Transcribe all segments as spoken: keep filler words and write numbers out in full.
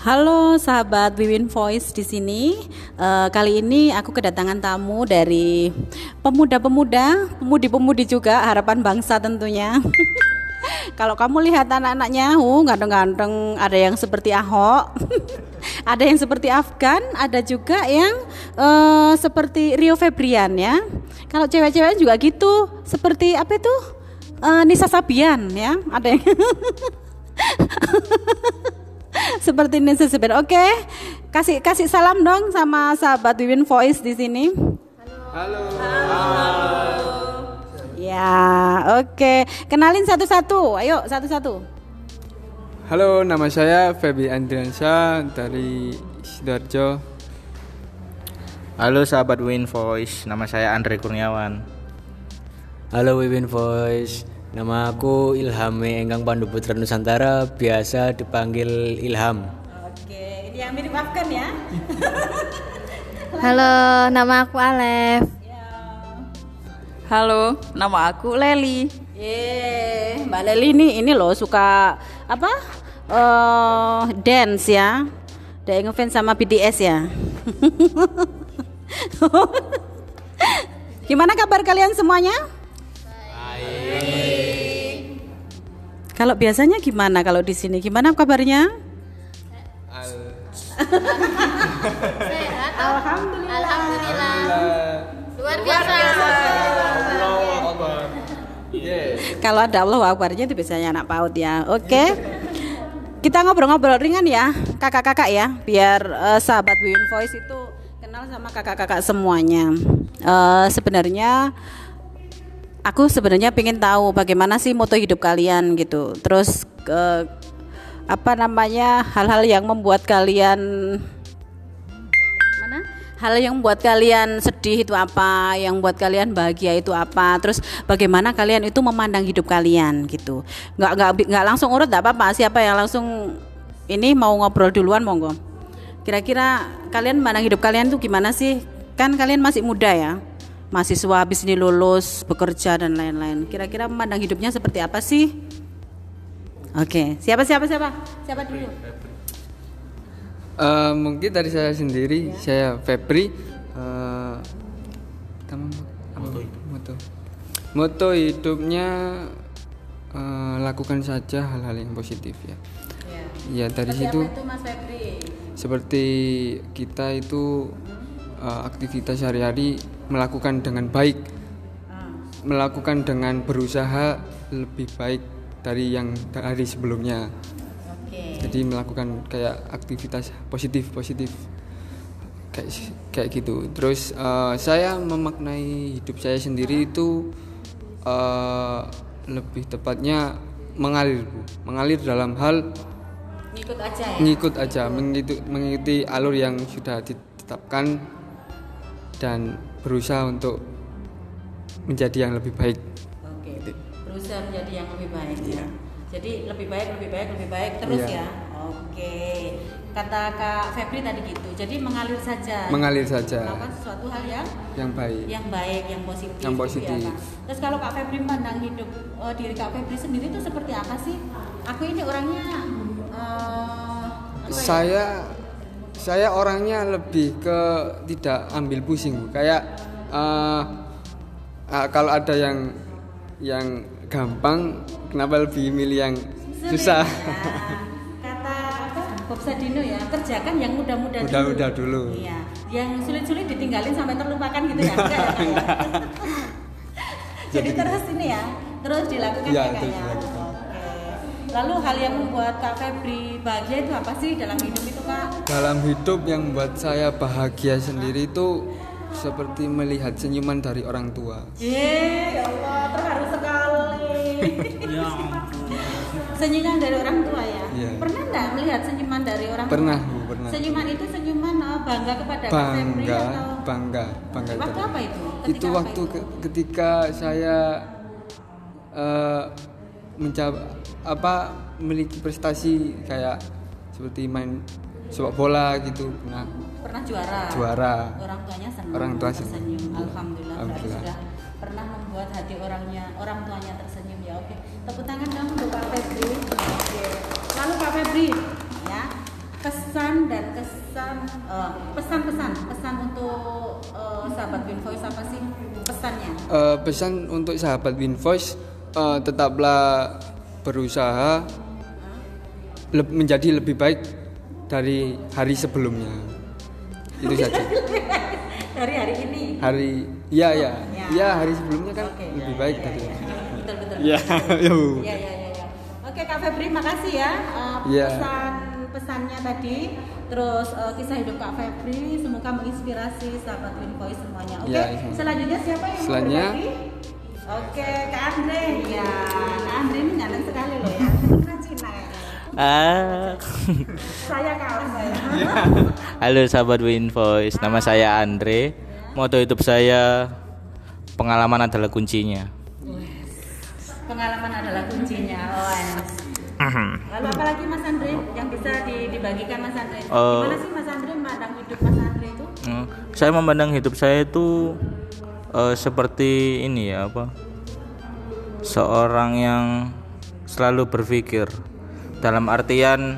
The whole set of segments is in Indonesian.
Halo sahabat Wiwin Voice di sini. Uh, kali ini aku kedatangan tamu dari pemuda-pemuda, pemudi-pemudi juga, harapan bangsa tentunya. Kalau kamu lihat anak-anaknya, uh, ganteng-ganteng, ada yang seperti Ahok, ada yang seperti Afgan, ada juga yang uh, seperti Rio Febrian ya. Kalau cewek-cewek juga gitu, seperti apa itu? Uh, Nisa Sabian ya, ada yang seperti ini sebenarnya. Oke, kasih kasih salam dong sama sahabat Wiwin Voice di sini. Halo. Halo. Halo. Ya, oke. Kenalin satu-satu. Ayo satu-satu. Halo, nama saya Feby Andriansyah dari Sidoarjo. Halo sahabat Wiwin Voice, nama saya Andre Kurniawan. Halo Wiwin Voice. Nama aku Ilham Enggang Pandu Putra Nusantara, biasa dipanggil Ilham. Oke, ini yang mirip Afgan ya. Halo, nama aku Alef. Ya. Halo, nama aku Leli. Ye, Mbak Leli ini ini loh suka apa? Uh, dance ya. Dia ngefans sama B T S ya. Gimana kabar kalian semuanya? Kalau biasanya gimana kalau di sini? Gimana kabarnya? Al- Sehat. Alhamdulillah. Alhamdulillah. Luar biasa. Kalau ada Allahu Akbarnya itu biasanya anak PAUD ya. Oke. Okay. Kita ngobrol-ngobrol ringan ya, kakak-kakak ya, biar uh, sahabat Wiwin Voice itu kenal sama kakak-kakak semuanya. Uh, sebenarnya aku sebenarnya pengen tahu bagaimana sih moto hidup kalian gitu. Terus ke apa namanya hal-hal yang membuat kalian mana? Hal yang membuat kalian sedih itu apa? Yang membuat kalian bahagia itu apa? Terus bagaimana kalian itu memandang hidup kalian gitu. Nggak nggak nggak langsung urut, nggak apa-apa. Siapa yang langsung ini mau ngobrol duluan monggo. Kira-kira kalian memandang hidup kalian tuh gimana sih? Kan kalian masih muda ya. Mahasiswa habis ini lulus, bekerja dan lain-lain. Kira-kira memandang hidupnya seperti apa sih? Oke, siapa siapa siapa? Siapa dulu? Uh, mungkin dari saya sendiri, ya. Saya Febri. Uh, moto. moto. Moto hidupnya uh, lakukan saja hal-hal yang positif ya. Ya, ya dari seperti situ. Apa itu Mas Febri? Seperti kita itu uh, aktivitas sehari-hari melakukan dengan baik, melakukan dengan berusaha lebih baik dari yang hari sebelumnya. Oke. Jadi melakukan kayak aktivitas positif positif kayak kayak gitu. Terus uh, saya memaknai hidup saya sendiri itu uh, lebih tepatnya mengalir, Bu. Mengalir dalam hal ngikut aja ya. Ngikut aja, mengikuti, mengikuti alur yang sudah ditetapkan dan berusaha untuk menjadi yang lebih baik. Oke. Berusaha menjadi yang lebih baik ya. Jadi lebih baik, lebih baik, lebih baik terus ya. ya. Oke. Kata Kak Febri tadi gitu. Jadi mengalir saja. Mengalir saja. Melakukan sesuatu hal yang yang baik. Yang baik, yang positif. Yang positif. Gitu ya, terus kalau Kak Febri memandang hidup uh, diri Kak Febri sendiri itu seperti apa sih? Aku ini orangnya uh, saya ya? Saya orangnya lebih ke tidak ambil pusing, Bu. Kayak uh, uh, kalau ada yang yang gampang, kenapa lebih milih yang susah? Ya. Kata apa? Bob Sadino ya, kerjakan yang mudah-mudah dulu. Mudah-mudah dulu. Iya. Yang sulit-sulit ditinggalin sampai terlupakan gitu ya. Enggak ya, Kak, ya? Jadi terus ini ya, terus dilakukan ya, ya, Kak ya. Oke. Lalu hal yang membuat Kak Febri bahagia itu apa sih dalam hidup itu, Kak? Dalam hidup yang membuat saya bahagia sendiri itu seperti melihat senyuman dari orang tua. Yeay, ya Allah, terharu sekali. Ya ampun. Senyuman dari orang tua ya? Ya. Pernah enggak melihat senyuman dari orang Pernah, tua? Bu, pernah. Senyuman itu senyuman uh, bangga kepada Kak Febri Bangga, atau? bangga, bangga. Waktu terus. apa itu? Ketika Itu apa waktu itu? ke- ketika saya uh, mencapai apa memiliki prestasi kayak seperti main sepak bola gitu, pernah Pernah juara. juara. Orang tuanya senang. Orang tua tersenyum. senang. Alhamdulillah, Alhamdulillah. sudah pernah membuat hati orangnya, orang tuanya tersenyum ya. Oke. Tepuk tangan dong untuk Kak Febri. Oke. Lalu Kak Febri, ya. Pesan pesan-pesan, pesan untuk uh, sahabat Winvoice apa sih pesannya? Uh, pesan untuk sahabat Winvoice, uh, tetaplah berusaha le- menjadi lebih baik dari hari sebelumnya. Itu saja. Dari hari ini. Hari ya ya. Ya, ya hari sebelumnya kan Oke, lebih ya, baik ya, dari. ya, ya. Betul betul. Ya, yo. Ya ya ya ya. Oke Kak Febri, makasih ya uh, Ya. pesan pesannya tadi. Terus uh, kisah hidup Kak Febri semoga menginspirasi sahabat Winvoice semuanya. Oke. Ya, ya. Selanjutnya siapa yang Selanjutnya. mau berbagi? Oke, Kak Andre. Ya, Kak Andre ini ganteng sekali loh ya. Orang Cina ya. Ah. Saya kalah saya. Halo sahabat Winvoice, nama saya Andre. Moto hidup saya, pengalaman adalah kuncinya. Pengalaman adalah kuncinya. Oh, yes. Lalu apa lagi Mas Andre yang bisa di- dibagikan Mas Andre? Uh, Gimana sih Mas Andre memandang hidup Mas Andre itu? Hmm, Saya memandang hidup saya itu eh, seperti ini ya apa? Seorang yang selalu berpikir dalam artian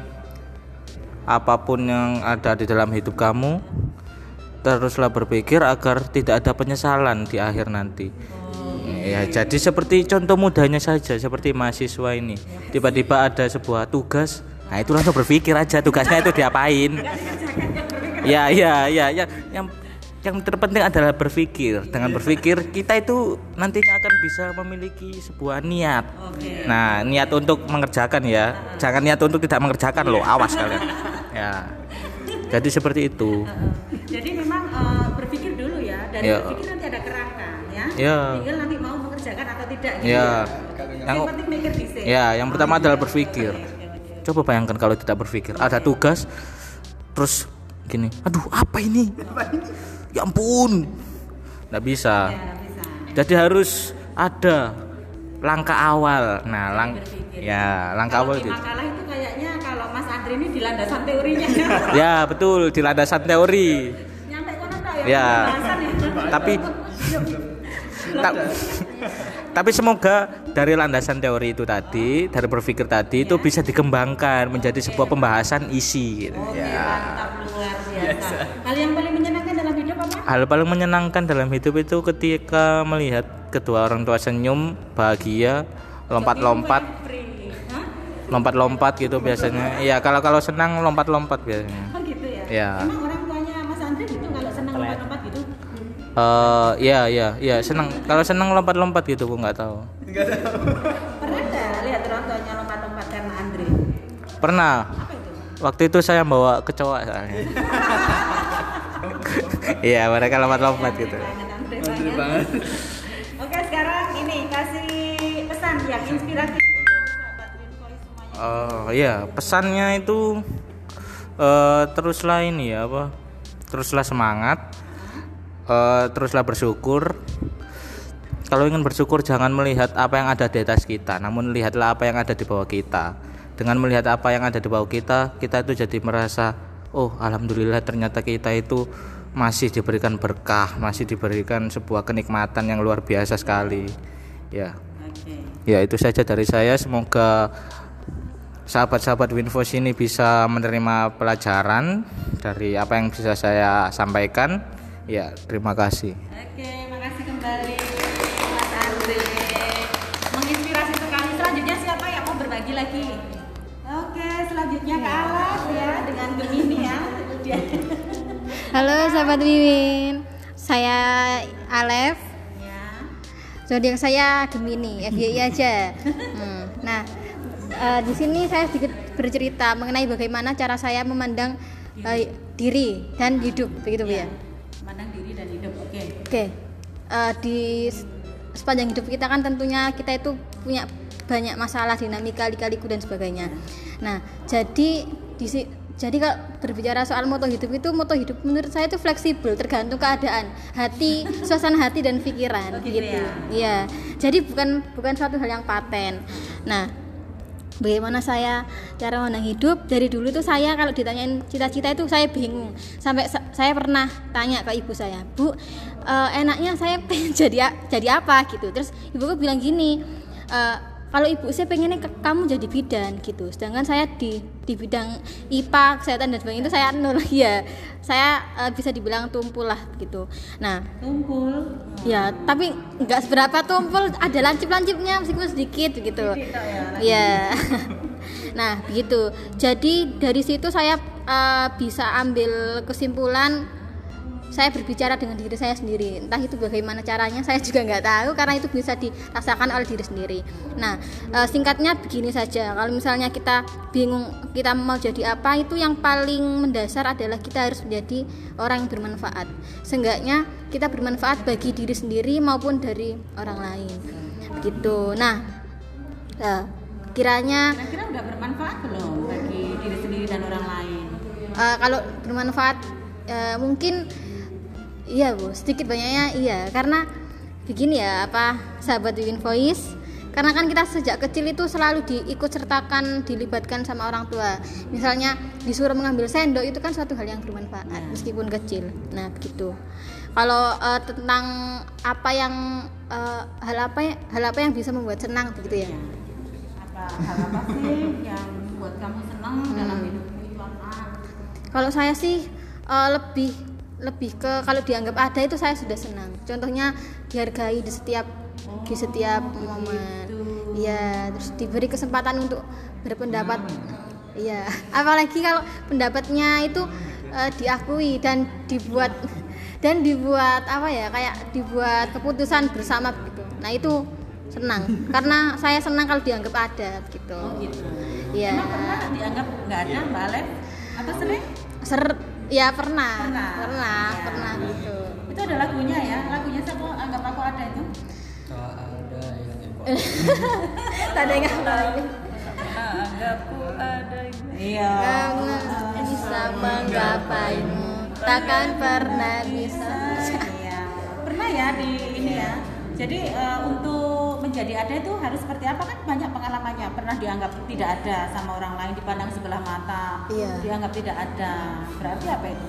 apapun yang ada di dalam hidup kamu, teruslah berpikir agar tidak ada penyesalan di akhir nanti. Ya, jadi seperti contoh mudahnya saja, seperti mahasiswa ini, tiba-tiba ada sebuah tugas, nah itu langsung berpikir aja tugasnya itu diapain. Ya, ya, ya, ya, yang yang terpenting adalah berpikir. Dengan berpikir kita itu nantinya akan bisa memiliki sebuah niat. Nah, niat untuk mengerjakan ya, jangan niat untuk tidak mengerjakan loh, awas kalian. Ya, jadi seperti itu. Jadi memang uh, berpikir dulu ya, dari Ya. berpikir nanti ada kerangka ya. Ya. Tinggal nanti mau mengerjakan atau tidak gitu. Ya. Yang Yang penting mikir dhisik. Ya, yang pertama adalah berpikir. Coba bayangkan kalau tidak berpikir, ada tugas, terus gini, aduh apa ini? Ya ampun, nggak bisa. Jadi harus ada langkah awal. Nah, lang, ya langkah Kalau awal di itu. makalah itu kayaknya kalau Mas Andre ini di landasan teorinya. Ya betul, di landasan teori. Nyampe kono tak ya? Ya. Pembahasan ya. Tapi ta- tapi semoga dari landasan teori itu tadi, dari berpikir tadi itu bisa dikembangkan menjadi sebuah pembahasan isi. Gitu. Oke, Ya. mantap luar biasa. Hal yang paling menyenangkan dalam hidup apa? Hal paling menyenangkan dalam hidup itu ketika melihat kedua orang tua senyum, bahagia, lompat-lompat, Hah? lompat-lompat gitu biasanya. Iya, kalau kalau senang lompat-lompat biasanya. Oh gitu ya? Ya. Emang orang tuanya Mas Andre gitu kalau senang lompat-lompat gitu? Eh, iya iya iya senang. Kalau senang lompat-lompat gitu, aku nggak tahu. Pernah nggak lihat orang tuanya lompat-lompat karena Andre? Pernah. Apa itu? Waktu itu saya bawa kecoa soalnya. Iya, mereka lompat-lompat gitu. Banget Andre banget. Oke, sekarang ini kasih pesan yang inspiratif untuk sahabat Winvoice semuanya. Oh iya, pesannya itu eh, teruslah ini ya apa? Teruslah semangat, eh, teruslah bersyukur. Kalau ingin bersyukur jangan melihat apa yang ada di atas kita, namun lihatlah apa yang ada di bawah kita. Dengan melihat apa yang ada di bawah kita, kita itu jadi merasa, oh alhamdulillah ternyata kita itu masih diberikan berkah, masih diberikan sebuah kenikmatan yang luar biasa sekali. Ya. Oke. Ya itu saja dari saya. Semoga sahabat-sahabat Winvoice ini bisa menerima pelajaran dari apa yang bisa saya sampaikan. Ya, terima kasih. Oke, makasih kembali Mas Andre. Menginspirasi sekali. Selanjutnya siapa yang mau berbagi lagi? Oke, selanjutnya Kak Alas ya dengan Gemini ya. Dia. Halo sahabat Wiwin, saya Alef. Ya. Zodiak saya Gemini, F Y I aja. Hmm. Nah, eh, di sini saya sedikit bercerita mengenai bagaimana cara saya memandang eh, diri dan hidup, begitu Bu ya. Memandang diri dan hidup. Oke. Oke, eh, di sepanjang hidup kita kan tentunya kita itu punya banyak masalah, dinamika, lika-liku dan sebagainya. Nah, jadi di si- jadi kalau berbicara soal moto hidup itu, moto hidup menurut saya itu fleksibel, tergantung keadaan, hati, suasana hati dan pikiran, Oh, gitu gitu. ya? Iya. Jadi bukan bukan suatu hal yang paten. Nah, bagaimana saya cara memandang hidup? Dari dulu tuh saya kalau ditanyain cita-cita itu saya bingung. Sampai sa- saya pernah tanya ke ibu saya, "Bu, eh, enaknya saya pengen jadi a- jadi apa?" gitu. Terus ibuku bilang gini, "Eh, kalau ibu saya pengennya ke, kamu jadi bidan gitu, sedangkan saya di di bidang I P A, kesehatan dan sebagainya itu saya nol ya, saya uh, bisa dibilang tumpul lah gitu. Nah Tumpul. ya tapi nggak seberapa tumpul, ada lancip-lancipnya meskipun sedikit gitu ya. Nah begitu, jadi dari situ saya uh, bisa ambil kesimpulan, saya berbicara dengan diri saya sendiri. Entah itu bagaimana caranya, saya juga nggak tahu, karena itu bisa dirasakan oleh diri sendiri. Nah uh, singkatnya begini saja, kalau misalnya kita bingung kita mau jadi apa, itu yang paling mendasar adalah kita harus menjadi orang yang bermanfaat. Seenggaknya kita bermanfaat bagi diri sendiri maupun dari orang lain begitu. Nah uh, kiranya Kira-kira udah bermanfaat belum bagi diri sendiri dan orang lain? uh, kalau bermanfaat uh, mungkin iya Bu, sedikit banyaknya iya, karena begini ya apa sahabat Win Voice, karena kan kita sejak kecil itu selalu diikut sertakan, dilibatkan sama orang tua. Misalnya disuruh mengambil sendok, itu kan suatu hal yang bermanfaat meskipun kecil. Nah begitu. Kalau uh, tentang apa yang uh, hal apa ya, hal apa yang bisa membuat senang begitu ya. Apa hal apa sih yang buat kamu senang hmm. dalam hidupmu itu apa? Kalau saya sih uh, lebih lebih ke kalau dianggap ada itu saya sudah senang. Contohnya dihargai di setiap oh, di setiap momen. Iya, terus diberi kesempatan untuk berpendapat. Iya, apalagi kalau pendapatnya itu uh, diakui dan dibuat dan dibuat apa ya, kayak dibuat keputusan bersama begitu. Nah, itu senang. Karena saya senang kalau dianggap ada gitu. Oh, gitu. Iya. Emang pernah dianggap nggak ada, Mbak Alef? Atau sering? Ser ya pernah. Pernah. Pernah, Ya. pernah gitu. Itu ada lagunya ya, lagunya siapa anggap aku ada itu? Tak ada yang Tak ada yang lagi. Anggapku ada. Iya. Karena bisa menggapaimu, takkan pernah bisa. Iya. Pernah ya di ini ya. Jadi uh, untuk menjadi ada itu harus seperti apa, kan banyak pengalamannya. Pernah dianggap tidak ada sama orang lain, dipandang sebelah mata, Iya. dianggap tidak ada. Berarti apa itu?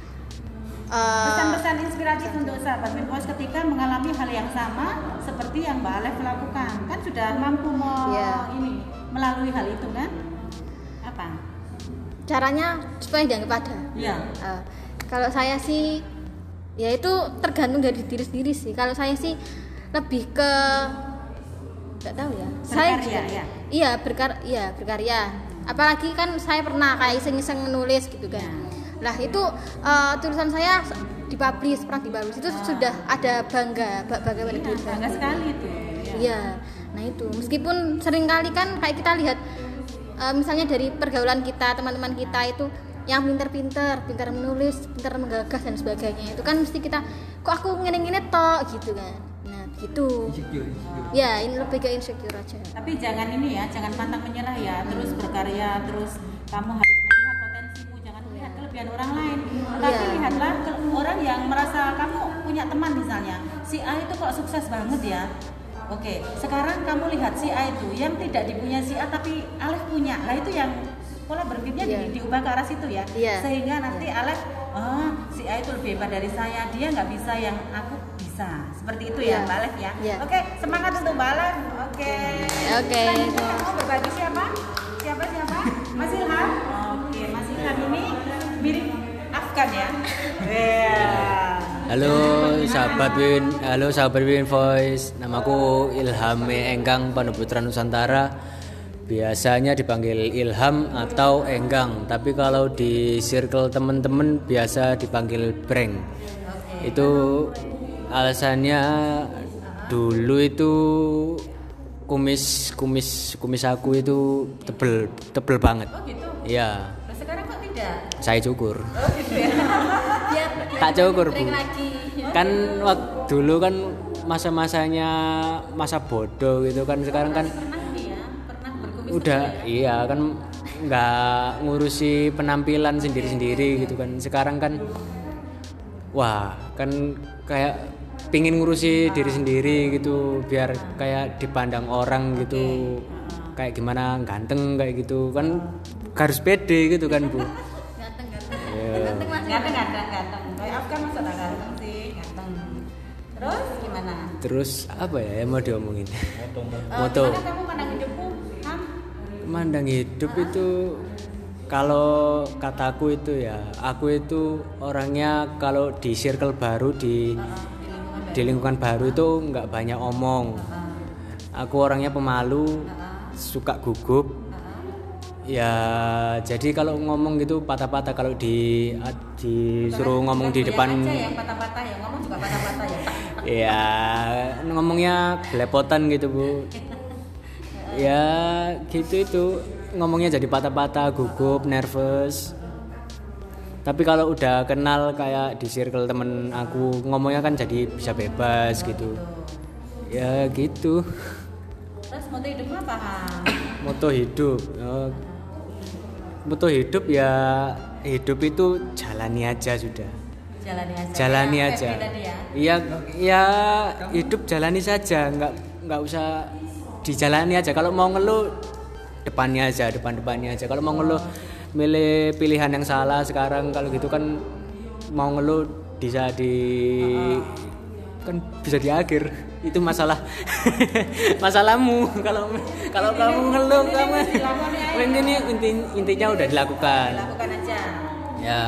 Uh, Pesan-pesan inspiratif untuk sahabat Win Voice ketika mengalami hal yang sama seperti yang Mbak Alef lakukan, kan sudah mampu me- Iya. ini melalui hal itu kan? Apa? caranya supaya dianggap ada. Iya. Uh, kalau saya sih, ya itu tergantung dari diri sendiri sih. Kalau saya sih lebih ke nggak tahu ya. Saya Berkarya, juga- ya? Iya berkar, iya berkarya. Apalagi kan saya pernah kayak iseng-iseng nulis gitu kan. Lah itu uh, tulisan saya dipublish, pernah dipublish itu sudah ada bangga, ba- bangga pada diri saya. Bangga sekali itu. Iya. Nah itu meskipun seringkali kan kayak kita lihat uh, misalnya dari pergaulan kita, teman-teman kita itu yang pintar-pintar, pintar menulis, pintar menggagas dan sebagainya, itu kan mesti kita kok aku ngene-ngene tok gitu kan. Nah gitu. Ya ini lebih ke insecure aja. Tapi jangan ini ya, jangan pantang menyerah ya. Terus berkarya, terus kamu harus melihat potensimu, jangan melihat kelebihan orang lain. Tapi Iya. lihatlah ke orang yang merasa kamu punya teman misalnya, si A itu kok sukses banget ya. Oke, sekarang kamu lihat si A itu yang tidak dipunya si A tapi Alef punya. Lah itu yang pola berpikirnya Iya. di, diubah ke arah situ ya. Iya. Sehingga nanti Alef, oh si A itu lebih hebat dari saya, dia nggak bisa yang aku bisa. Seperti itu ya Iya. Mbak Alef ya. Iya. Oke, semangat untuk Mbak Alef. Oke. Oke. Selanjutnya mau berbagi siapa? Siapa siapa? Mas Ilham. Oke, Mas Ilham ini mirip Afgan ya. Iya. Halo sahabat Win, halo sahabat Win Voice. Namaku Ilham Enggang Panduputra Nusantara. Biasanya dipanggil Ilham atau Enggang, tapi kalau di circle temen-temen biasa dipanggil Breng. Itu alasannya dulu itu kumis kumis kumis aku itu tebel tebel banget. Oh gitu. Iya, Nah, sekarang kok tidak? saya cukur. Oh gitu ya. Biar Tak cukur, Bu. sering lagi. Kan waktu dulu kan masa-masanya masa bodoh gitu kan, sekarang kan Pernah ini ya, pernah berkumis. udah iya kan nggak ngurusi penampilan sendiri-sendiri gitu kan. Sekarang kan wah kan kayak pingin ngurusi diri sendiri gitu biar kayak dipandang orang gitu, kayak gimana ganteng kayak gitu kan, harus pede gitu kan Bu. Ganteng-ganteng. Iya. Ganteng masih. Ganteng, ganteng, ganteng. Kayak Afgan masa nggak ganteng sih, ganteng. Terus gimana? Terus apa ya yang mau diomongin? Eh, Moto. Gimana kamu menanggapi Mandang hidup itu, kalau kataku itu ya, aku itu orangnya kalau di circle baru, di di lingkungan baru itu nggak banyak omong. Aku orangnya pemalu, suka gugup. Ya jadi kalau ngomong gitu patah-patah, kalau di disuruh ngomong di depan aja yang patah-patah, yang ngomong juga patah-patah ya. Ya ngomongnya belepotan gitu Bu. Ya gitu itu, ngomongnya jadi patah-patah, gugup, nervous. Tapi kalau udah kenal kayak di circle temen aku, ngomongnya kan jadi bisa bebas gitu. Ya gitu. Terus moto hidupmu apa? Moto hidup, oh, moto hidup ya, hidup itu jalani aja sudah. Jalani aja. Jalani ya, aja. Febri tadi ya. Iya, ya hidup jalani saja, nggak nggak usah dijalani aja. Kalau mau ngeluh depannya aja, depan-depannya aja. Kalau mau ngeluh milih pilihan yang salah sekarang, kalau gitu kan mau ngeluh bisa di kan bisa di akhir. Itu masalah masalahmu. Kalau kalau kamu ngeluh kamu intinya inti, intinya udah dilakukan. Lakukan aja. Ya.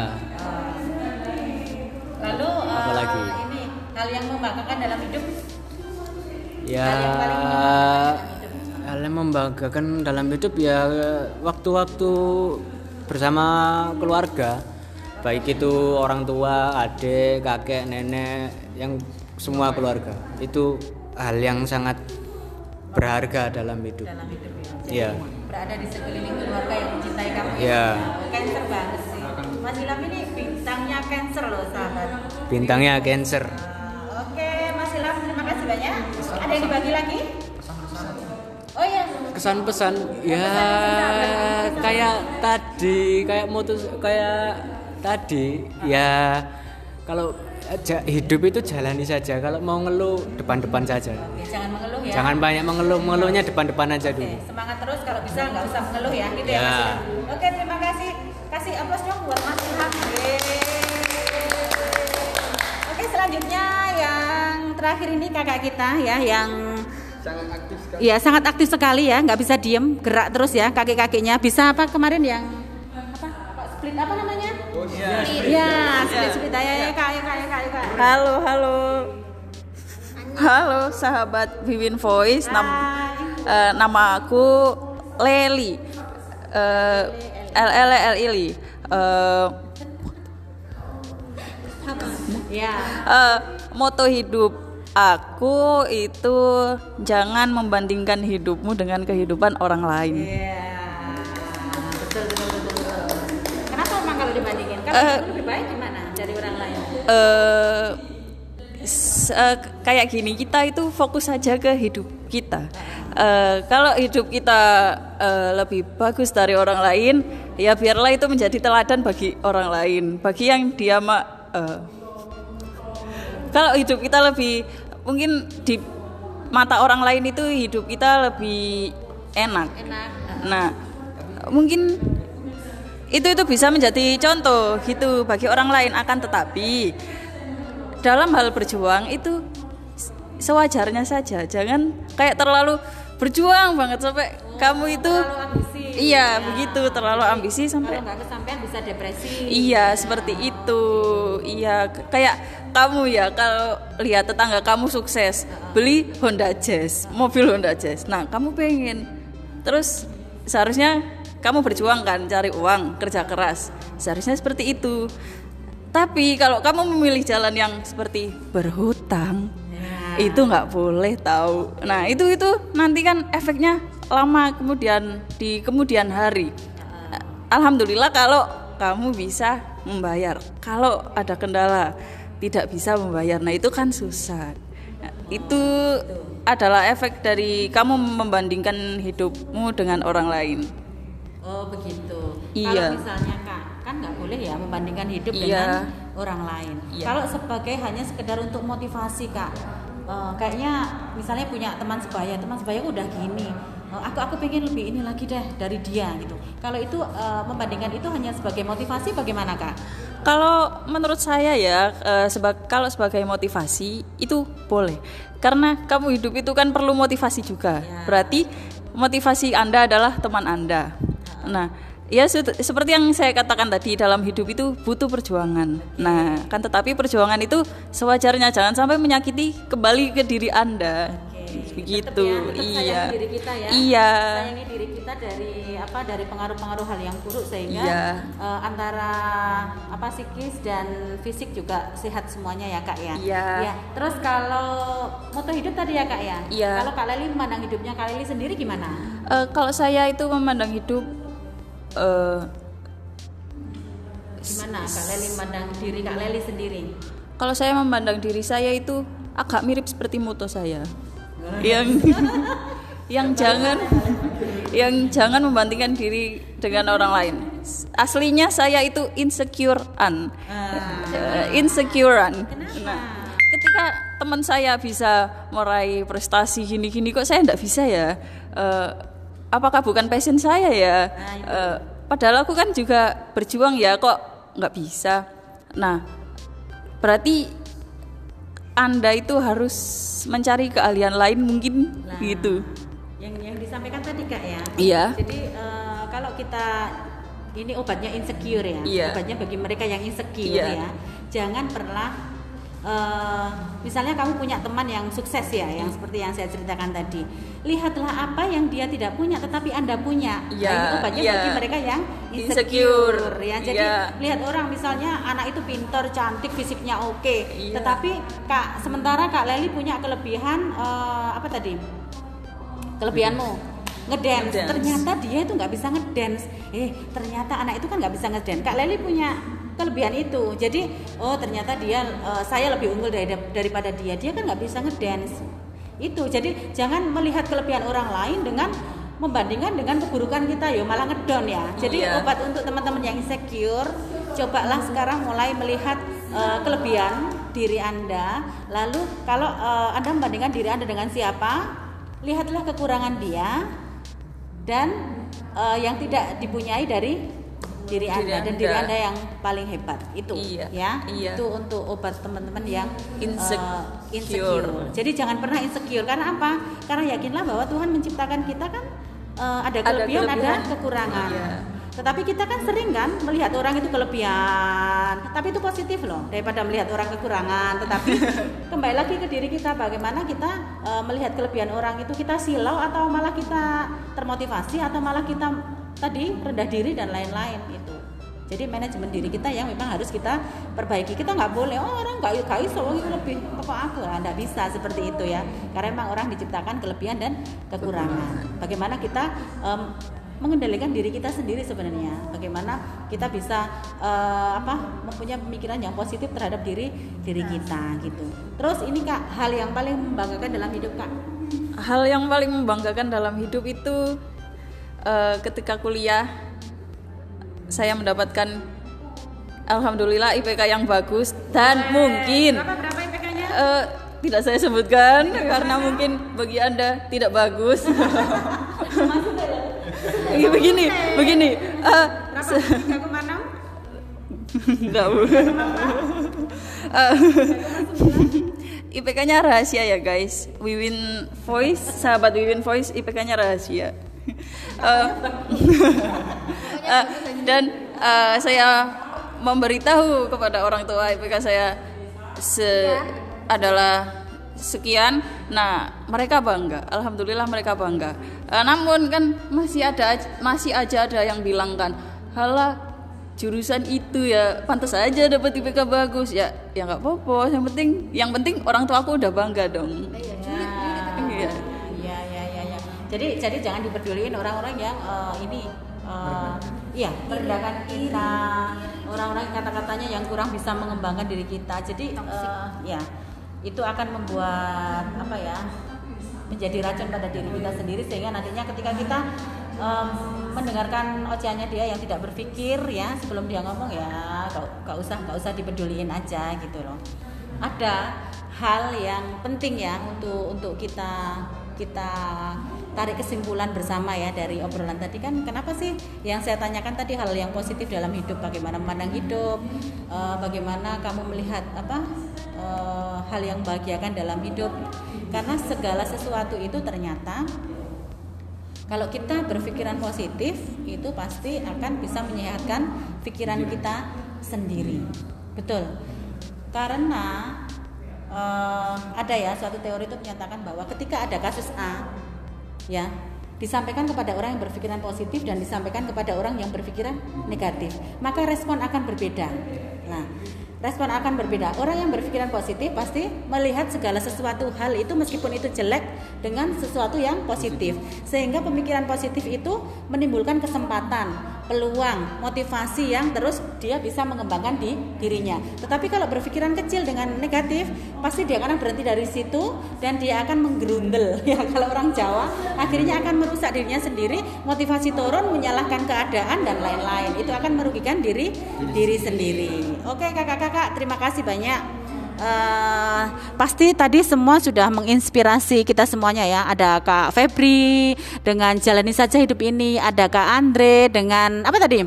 Lalu Apa eh, lagi? ini hal yang membanggakan dalam hidup. Ya. Hal yang paling membanggakan dalam hidup. Hal yang membanggakan dalam hidup ya waktu-waktu bersama keluarga, baik itu orang tua, adik, kakek, nenek, yang semua keluarga. Itu hal yang sangat berharga dalam hidup. Dalam hidup ya. Jadi Iya. berada di sekeliling keluarga yang mencintai kamu. Iya. Cancer banget sih. Mas Ilham ini bintangnya Cancer loh sahabat. Bintangnya Cancer. Uh, Oke Mas Ilham, terima kasih banyak. Ada yang dibagi lagi? Oh iya. Kesan-pesan ya kayak tadi, kayak motus kayak tadi ya, kalau aja, hidup itu jalani saja. Kalau mau ngeluh depan-depan saja. Oke, jangan mengeluh ya. Jangan banyak mengeluh, mengeluhnya depan-depan aja dulu. Oke, semangat terus, kalau bisa nggak usah mengeluh ya, gitu ya, Ya. Mas Ilham. Oke, terima kasih. Kasih aplaus dong buat Mas Ilham. Yeay. Oke, selanjutnya yang terakhir ini kakak kita ya, yang Sangat aktif sekali. Iya sangat aktif sekali ya, nggak bisa diem, gerak terus ya kaki-kakinya. Bisa apa kemarin yang apa? Pak split apa namanya? Oh iya. Iya, split split ya ya kak, ya kak, ya kak, ya kak. Halo, halo. Halo sahabat Vivin Voice. Nam- eh, nama aku Leli. Eh, L L L I. Eh, Ya. eh, moto hidup aku itu jangan membandingkan hidupmu dengan kehidupan orang lain. Iya. Betul, betul, betul, betul. Kenapa emang kalau dibandingin? Kalau Eh, lebih baik gimana dari orang lain? Eh, s- eh, kayak gini, kita itu fokus saja ke hidup kita. Eh, kalau hidup kita eh, lebih bagus dari orang lain, ya biarlah itu menjadi teladan bagi orang lain. Bagi yang dia ma- eh, kalau hidup kita lebih, mungkin di mata orang lain itu hidup kita lebih enak. Enak. Nah, mungkin itu itu bisa menjadi contoh gitu bagi orang lain. Akan tetapi dalam hal berjuang itu sewajarnya saja. Jangan kayak terlalu berjuang banget sampai kamu itu Terlalu ambisi. iya Ya. begitu, terlalu ambisi sampai Kalau nggak kesampaian bisa depresi. iya seperti itu. Iya k- kayak kamu ya, kalau lihat tetangga kamu sukses beli Honda Jazz, mobil Honda Jazz. Nah, kamu pengen. Terus seharusnya kamu berjuang kan, cari uang, kerja keras. Seharusnya seperti itu. Tapi kalau kamu memilih jalan yang seperti berhutang, itu nggak boleh tahu. Nah, itu itu nanti kan efeknya lama kemudian di kemudian hari. Alhamdulillah kalau kamu bisa membayar. Kalau ada kendala tidak bisa membayar, nah itu kan susah. Nah, itu adalah efek dari kamu membandingkan hidupmu dengan orang lain. Oh begitu. Iya. Kalau misalnya kak, kan nggak boleh ya membandingkan hidup Iya. dengan orang lain. Iya. Kalau sebagai hanya sekedar untuk motivasi kak, eh, kayaknya misalnya punya teman sebaya, teman sebaya udah gini, eh, aku aku pengen lebih ini lagi deh dari dia gitu. Kalau itu eh, membandingkan itu hanya sebagai motivasi, bagaimana kak? Kalau menurut saya ya, eh, seba- kalau sebagai motivasi itu boleh. Karena kamu hidup itu kan perlu motivasi juga. Ya. Berarti motivasi Anda adalah teman Anda. Nah, ya seperti yang saya katakan tadi, dalam hidup itu butuh perjuangan. Nah, kan tetapi perjuangan itu sewajarnya, jangan sampai menyakiti kembali ke diri Anda. Begitu. Tetap ya, tetap iya. sayangi diri kita ya. Iya. Sayangi diri kita dari apa? Dari pengaruh-pengaruh hal yang buruk sehingga Iya. uh, antara apa psikis dan fisik juga sehat semuanya ya Kak ya. Iya. Ya. Terus kalau moto hidup tadi ya Kak ya. Iya. Kalau Kak Leli memandang hidupnya Kak Leli sendiri gimana? Uh, kalau saya itu memandang hidup uh, Gimana Kak Leli memandang diri Kak Leli sendiri? Kalau saya memandang diri saya itu agak mirip seperti moto saya. yang yang jangan yang jangan membandingkan diri dengan orang lain. Aslinya saya itu insecurean. Uh, insecurean. Nah, ketika teman saya bisa meraih prestasi gini-gini kok saya enggak bisa ya? Uh, apakah bukan passion saya ya? Uh, padahal aku kan juga berjuang ya, kok nggak bisa. Nah, berarti Anda itu harus mencari keahlian lain mungkin Nah, gitu. Yang yang disampaikan tadi Kak ya. Iya. Jadi uh, kalau kita ini obatnya insecure ya. Iya. Obatnya bagi mereka yang insecure Iya. ya. Jangan pernah uh, misalnya kamu punya teman yang sukses ya, yang seperti yang saya ceritakan tadi. Lihatlah apa yang dia tidak punya tetapi Anda punya. Iya, Nah, itu obatnya iya. bagi mereka yang Insecure. insecure, ya. Jadi Iya. lihat orang misalnya anak itu pintar, cantik, fisiknya oke. Iya. Tetapi Kak sementara Kak Leli punya kelebihan uh, apa tadi? Kelebihanmu ngedance. Ngedance. Ternyata dia itu nggak bisa ngedance. Eh ternyata anak itu kan nggak bisa ngedance. Kak Leli punya kelebihan itu. Jadi oh ternyata dia uh, saya lebih unggul dari, daripada dia. Dia kan nggak bisa ngedance. Itu. Jadi jangan melihat kelebihan orang lain dengan membandingkan dengan keburukan kita ya, malah ngedon ya. Jadi Iya. obat untuk teman-teman yang insecure, cobalah sekarang mulai melihat uh, kelebihan diri Anda. Lalu kalau uh, Anda membandingkan diri Anda dengan siapa, lihatlah kekurangan dia dan uh, yang tidak dipunyai dari diri Anda, Diri dan diri Anda. Anda yang paling hebat itu. Iya, Ya. iya. Itu untuk obat teman-teman yang Insecure. uh, insecure. Jadi jangan pernah insecure. Karena apa? Karena yakinlah bahwa Tuhan menciptakan kita kan uh, ada Ada kelebihan, ada, kelebihan. kekurangan. Iya. Tetapi kita kan sering kan melihat orang itu kelebihan, tapi itu positif loh daripada melihat orang kekurangan. Tetapi kembali lagi ke diri kita, bagaimana kita uh, melihat kelebihan orang itu, kita silau atau malah kita termotivasi atau malah kita tadi rendah diri dan lain-lain itu. Jadi manajemen diri kita yang memang harus kita perbaiki. Kita nggak boleh oh orang nggak nggak bisa oh, itu lebih apa aku ah, nggak bisa seperti itu ya. Karena memang orang diciptakan kelebihan dan kekurangan. Bagaimana kita um, mengendalikan diri kita sendiri sebenarnya. Bagaimana kita bisa uh, apa mempunyai pemikiran yang positif terhadap diri diri kita gitu. Terus ini Kak, hal yang paling membanggakan dalam hidup Kak. Hal yang paling membanggakan dalam hidup itu uh, ketika kuliah saya mendapatkan alhamdulillah I P K yang bagus dan mungkin Berapa berapa I P K-nya? uh, tidak saya sebutkan karena mungkin bagi Anda tidak bagus. begini, begini. Uh, Berapa? tiga koma enam? Enggak, Bu. Uh, I P K-nya rahasia ya, guys. Wiwin Voice, sahabat Wiwin Voice, I P K-nya rahasia. Uh, uh, dan uh, saya memberitahu kepada orang tua I P K saya se adalah sekian. Nah, mereka bangga. Alhamdulillah mereka bangga. Uh, namun kan masih ada masih aja ada yang bilang kan, halah jurusan itu ya pantas aja dapat I P K bagus ya. Ya nggak apa-apa. Yang penting yang penting orang tua aku udah bangga dong. Iya. Iya, iya, iya, iya. Jadi jadi jangan dipeduliin orang-orang yang uh, ini uh, iya, merendahkan kita, orang-orang yang kata-katanya yang kurang bisa mengembangkan diri kita. Jadi uh, ya, itu akan membuat apa ya? Menjadi racun pada diri kita sendiri sehingga nantinya ketika kita um, mendengarkan ocehannya dia yang tidak berpikir ya sebelum dia ngomong ya gak, gak usah gak usah dipeduliin aja gitu loh. Ada hal yang penting ya untuk untuk kita kita tarik kesimpulan bersama ya dari obrolan tadi kan, kenapa sih yang saya tanyakan tadi hal yang positif dalam hidup, bagaimana memandang hidup, uh, bagaimana kamu melihat apa uh, hal yang membahagiakan dalam hidup, karena segala sesuatu itu ternyata Kalau kita berpikiran positif, itu pasti akan bisa menyehatkan pikiran kita sendiri. Betul. Karena uh, ada ya suatu teori itu menyatakan bahwa ketika ada kasus A, ya, disampaikan kepada orang yang berpikiran positif dan disampaikan kepada orang yang berpikiran negatif, maka respon akan berbeda. Nah, respon akan berbeda. Orang yang berpikiran positif pasti melihat segala sesuatu hal itu meskipun itu jelek dengan sesuatu yang positif. Sehingga pemikiran positif itu menimbulkan kesempatan, peluang, motivasi yang terus dia bisa mengembangkan di dirinya. Tetapi kalau berpikiran kecil dengan negatif, pasti dia akan berhenti dari situ dan dia akan menggerundel. Ya, kalau orang Jawa, akhirnya akan merusak dirinya sendiri, motivasi turun, menyalahkan keadaan dan lain-lain. Itu akan merugikan diri diri sendiri. Oke, kakak-kakak, terima kasih banyak. Uh, pasti tadi semua sudah menginspirasi kita semuanya ya. Ada Kak Febri dengan jalani saja hidup ini, ada Kak Andre dengan apa tadi?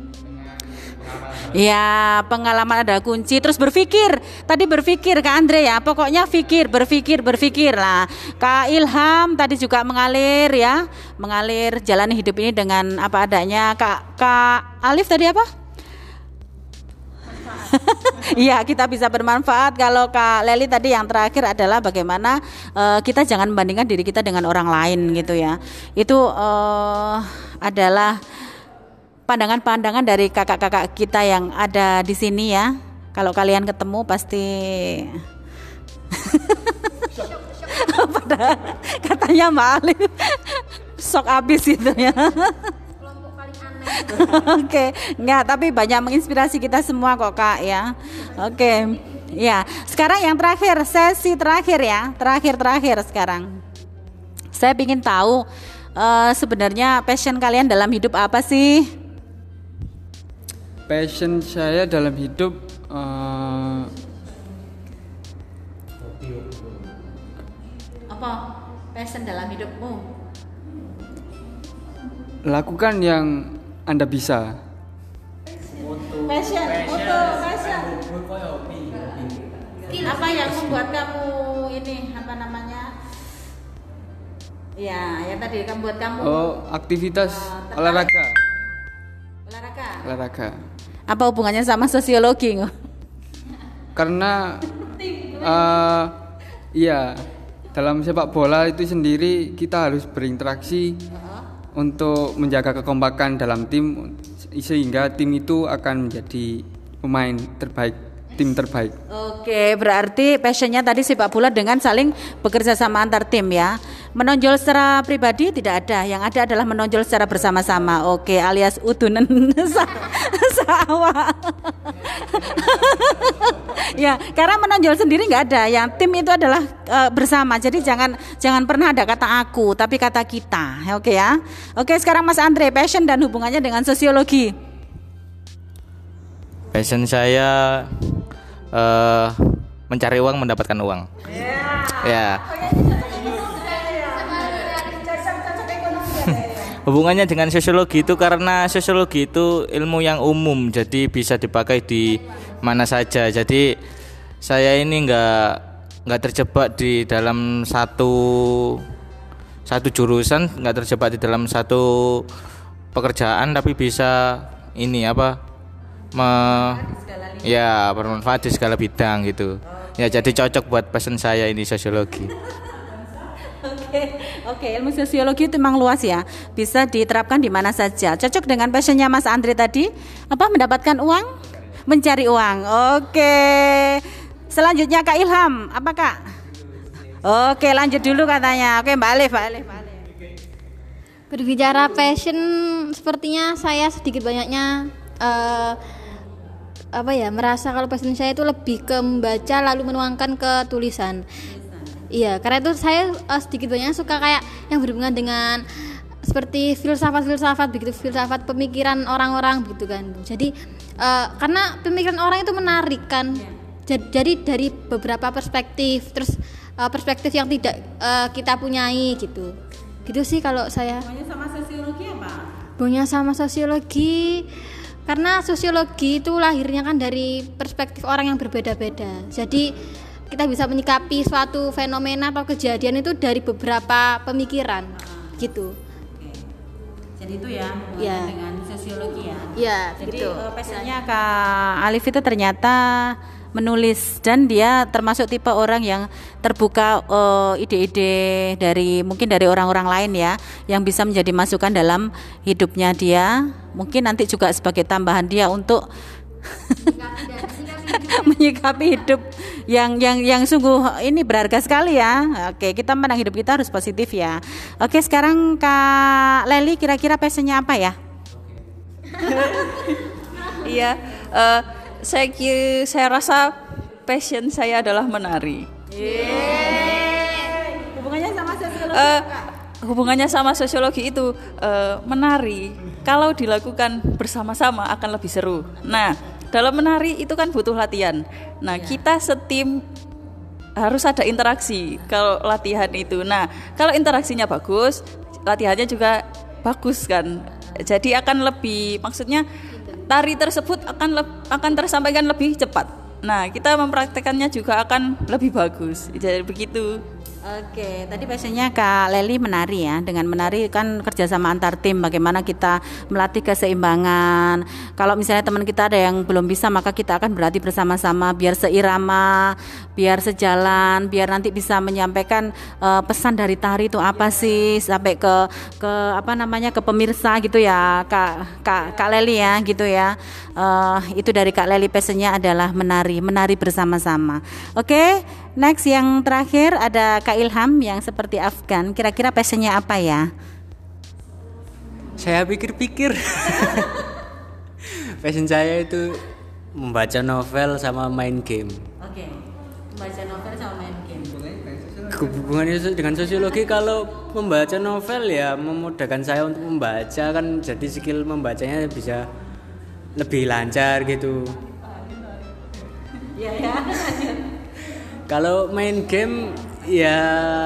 Ya, pengalaman ada kunci. Terus berpikir, tadi berpikir Kak Andre ya. Pokoknya pikir, berpikir, berpikir lah. Kak Ilham tadi juga mengalir ya, mengalir jalani hidup ini dengan apa adanya. Kak Kak Alif tadi apa? Iya, kita bisa bermanfaat. Kalau Kak Leli tadi yang terakhir adalah bagaimana uh, kita jangan membandingkan diri kita dengan orang lain gitu ya. Itu uh, adalah pandangan-pandangan dari kakak-kakak kita yang ada di sini ya. Kalau kalian ketemu pasti padahal katanya Mbak Alif sok abis itu ya. Oke, enggak, tapi banyak menginspirasi kita semua kok Kak ya. Oke, ya. Sekarang yang terakhir, sesi terakhir ya, terakhir-terakhir sekarang. Saya ingin tahu uh, sebenarnya passion kalian dalam hidup apa sih? Passion saya dalam hidup uh, apa? Passion dalam hidupmu? Lakukan yang Anda bisa. Passion, foto, passion. Apa yang membuat kamu ini apa namanya? Ya, yang tadi kamu buat kamu. Oh, aktivitas uh, olahraga. Olahraga. Olahraga. Apa hubungannya sama sosiologi? Karena uh, iya, dalam sepak bola itu sendiri kita harus berinteraksi untuk menjaga kekompakan dalam tim sehingga tim itu akan menjadi pemain terbaik, tim terbaik. Oke, berarti passionnya tadi sepak bola dengan saling bekerja sama antar tim ya. Menonjol secara pribadi tidak ada, yang ada adalah menonjol secara bersama-sama. Oke, alias udunan sawah. Ya, karena menonjol sendiri nggak ada, yang tim itu adalah uh, bersama. Jadi jangan jangan pernah ada kata aku, tapi kata kita. Oke ya. Oke, sekarang Mas Andre, passion dan hubungannya dengan sosiologi. Passion saya uh, mencari uang, mendapatkan uang. Ya. Yeah. Hubungannya dengan sosiologi itu karena sosiologi itu ilmu yang umum, jadi bisa dipakai di mana saja. Jadi saya ini nggak nggak terjebak di dalam satu satu jurusan, nggak terjebak di dalam satu pekerjaan, tapi bisa ini apa me, ya bermanfaat di segala bidang gitu. Ya, jadi cocok buat passion saya ini sosiologi. Oke, oke, ilmu sosiologi itu memang luas ya, bisa diterapkan di mana saja. Cocok dengan passionnya Mas Andre tadi, apa mendapatkan uang, mencari uang. Oke, selanjutnya Kak Ilham, apa Kak? Oke, lanjut dulu katanya. Oke, Mbak Alif, Mbak Alif, Mbak Alif. Berbicara passion, sepertinya saya sedikit banyaknya uh, apa ya merasa kalau passion saya itu lebih ke membaca lalu menuangkan ke tulisan. Iya, karena itu saya uh, sedikit banyak suka kayak yang berhubungan dengan seperti filsafat-filsafat begitu, filsafat pemikiran orang-orang begitu kan. Jadi uh, karena pemikiran orang itu menarik kan. Jadi dari beberapa perspektif, terus uh, perspektif yang tidak uh, kita punyai gitu. Gitu sih kalau saya. Hubungannya sama sosiologi apa? Hubungannya sama sosiologi karena sosiologi itu lahirnya kan dari perspektif orang yang berbeda-beda. Jadi kita bisa menyikapi suatu fenomena atau kejadian itu dari beberapa pemikiran gitu. Jadi itu ya hubungannya Ya. dengan sosiologi ya. Ya, Jadi gitu. eh, passionnya Kak Alif itu ternyata menulis dan dia termasuk tipe orang yang terbuka eh, ide-ide dari mungkin dari orang-orang lain ya yang bisa menjadi masukan dalam hidupnya dia. Mungkin nanti juga sebagai tambahan dia untuk menyikapi hidup yang yang yang sungguh ini berharga sekali ya. Oke, kita menang hidup kita harus positif ya. Oke, sekarang Kak Leli kira-kira passionnya apa ya? Iya, eh, saya ki- saya rasa passion saya adalah menari. Hubungannya sama sosiologi. Eh, hubungannya sama sosiologi itu eh, menari kalau dilakukan bersama-sama akan lebih seru. Nah, dalam menari itu kan butuh latihan. Nah, kita setim harus ada interaksi kalau latihan itu. Nah, kalau interaksinya bagus, latihannya juga bagus kan. Jadi akan lebih, maksudnya tari tersebut akan leb- akan tersampaikan lebih cepat. Nah, kita mempraktekannya juga akan lebih bagus. Jadi begitu. Oke, tadi passionnya Kak Leli menari ya. Dengan menari kan kerjasama antar tim, bagaimana kita melatih keseimbangan. Kalau misalnya teman kita ada yang belum bisa, maka kita akan berlatih bersama-sama biar seirama, biar sejalan, biar nanti bisa menyampaikan uh, pesan dari tari itu apa sih sampai ke ke apa namanya ke pemirsa gitu ya, Kak Kak Kak Leli ya gitu ya. Uh, itu dari Kak Leli passionnya adalah menari, menari bersama-sama. Oke. Next yang terakhir ada Kak Ilham yang seperti Afgan. Kira-kira passionnya apa ya? Saya pikir-pikir. Passion saya itu membaca novel sama main game. Oke, membaca novel sama main game. Hubungannya dengan sosiologi, kalau membaca novel ya memudahkan saya untuk membaca, kan jadi skill membacanya bisa lebih lancar gitu. Iya ya. Kalau main game ya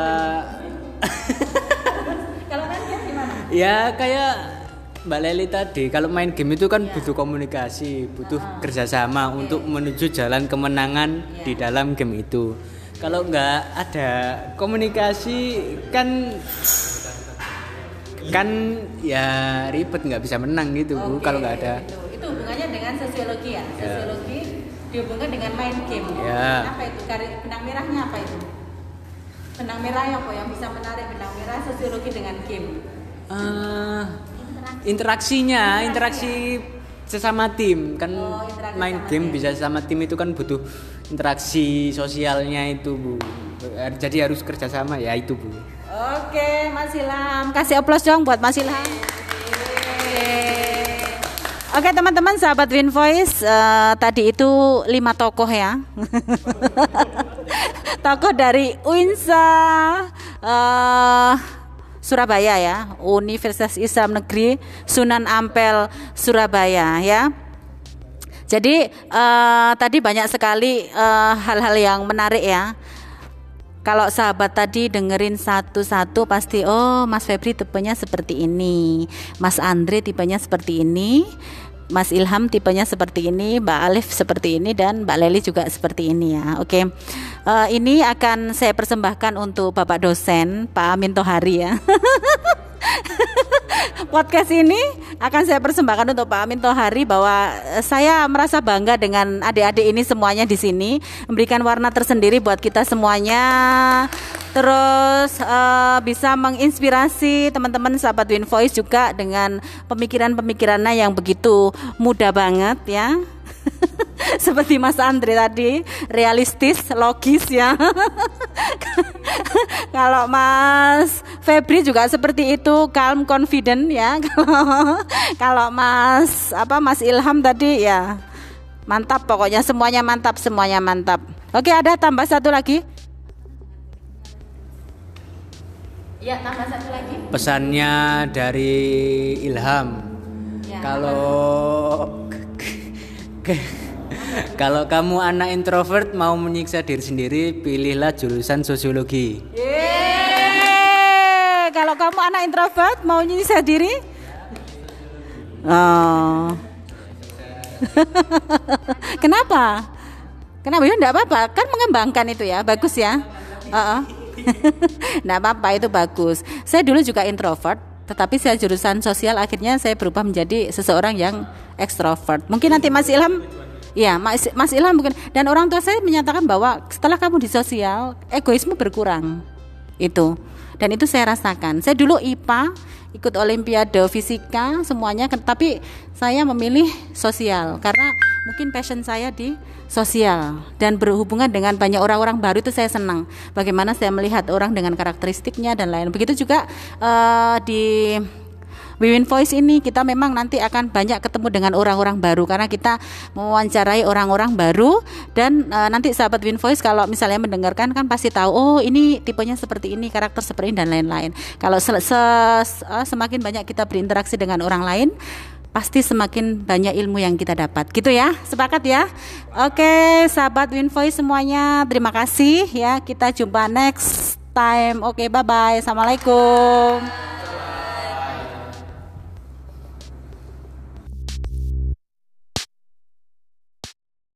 Kalau main game gimana? ya kayak Mbak Leli tadi, kalau main game itu kan butuh komunikasi, butuh kerjasama untuk menuju jalan kemenangan di dalam game itu. Kalau nggak ada komunikasi kan kan ya ribet, nggak bisa menang gitu Bu, kalau nggak ada. Itu, itu hubungannya dengan sosiologi ya. Sosiologi dihubungkan dengan main game. Ya. Apa itu? Garis benang merahnya apa itu? Benang merahnya apa yang bisa menarik benang merah sosiologi dengan game? Eh, interaksinya, interaksi sesama tim kan. Oh, interaksi main sama game tim. bisa sama tim itu kan butuh interaksi sosialnya itu Bu. Jadi harus kerjasama ya itu Bu. Oke, Mas Ilham. Kasih aplaus dong buat Mas Ilham. Oke teman-teman sahabat Win Voice, eh, tadi itu lima tokoh ya. Tokoh dari U I N S A eh, Surabaya ya, Universitas Islam Negeri Sunan Ampel Surabaya ya. Jadi eh, tadi banyak sekali eh, hal-hal yang menarik ya. Kalau sahabat tadi dengerin satu-satu pasti oh Mas Febri tipenya seperti ini, Mas Andre tipenya seperti ini, Mas Ilham tipenya seperti ini, Mbak Alif seperti ini, dan Mbak Leli juga seperti ini ya. Oke, uh, ini akan saya persembahkan untuk Bapak dosen Pak Amin Tohari ya. Podcast ini akan saya persembahkan untuk Pak Amin Tohari, bahwa saya merasa bangga dengan adik-adik ini semuanya di sini, memberikan warna tersendiri buat kita semuanya. Terus uh, bisa menginspirasi teman-teman sahabat Win Voice juga dengan pemikiran-pemikirannya yang begitu mudah banget ya. Seperti Mas Andre tadi, realistis, logis ya. Kalau Mas Febri juga seperti itu, calm, confident ya. Kalau Mas apa Mas Ilham tadi ya mantap, pokoknya semuanya mantap, semuanya mantap. Oke, ada tambah satu lagi. Ya, tambah satu lagi. Pesannya dari Ilham. Ya, Kalau kalau kamu anak introvert mau menyiksa diri sendiri, pilihlah jurusan sosiologi. Yeay. Kalau kamu anak introvert mau nyiksa diri? Oh. Kenapa? Kenapa? Ya enggak apa-apa, kan mengembangkan itu ya, bagus ya. Uh-uh. Enggak apa-apa, itu bagus. Saya dulu juga introvert, tetapi saya jurusan sosial, akhirnya saya berubah menjadi seseorang yang ekstrovert. Mungkin nanti Mas Ilham, ya Mas, Mas Ilham mungkin, dan orang tua saya menyatakan bahwa setelah kamu di sosial, egoisme berkurang. Itu, dan itu saya rasakan. Saya dulu I P A, ikut olimpiade fisika semuanya, tapi saya memilih sosial karena mungkin passion saya di sosial dan berhubungan dengan banyak orang-orang baru, itu saya senang. Bagaimana saya melihat orang dengan karakteristiknya dan lain. Begitu juga uh, di Women Voice ini kita memang nanti akan banyak ketemu dengan orang-orang baru karena kita mewawancarai orang-orang baru, dan uh, nanti sahabat Women Voice kalau misalnya mendengarkan kan pasti tahu, oh ini tipenya seperti ini, karakter seperti ini dan lain-lain. Kalau se- se- semakin banyak kita berinteraksi dengan orang lain, pasti semakin banyak ilmu yang kita dapat. Gitu ya, sepakat ya? Oke, sahabat Women Voice semuanya, terima kasih ya. Kita jumpa next time. Oke, bye-bye. Assalamualaikum.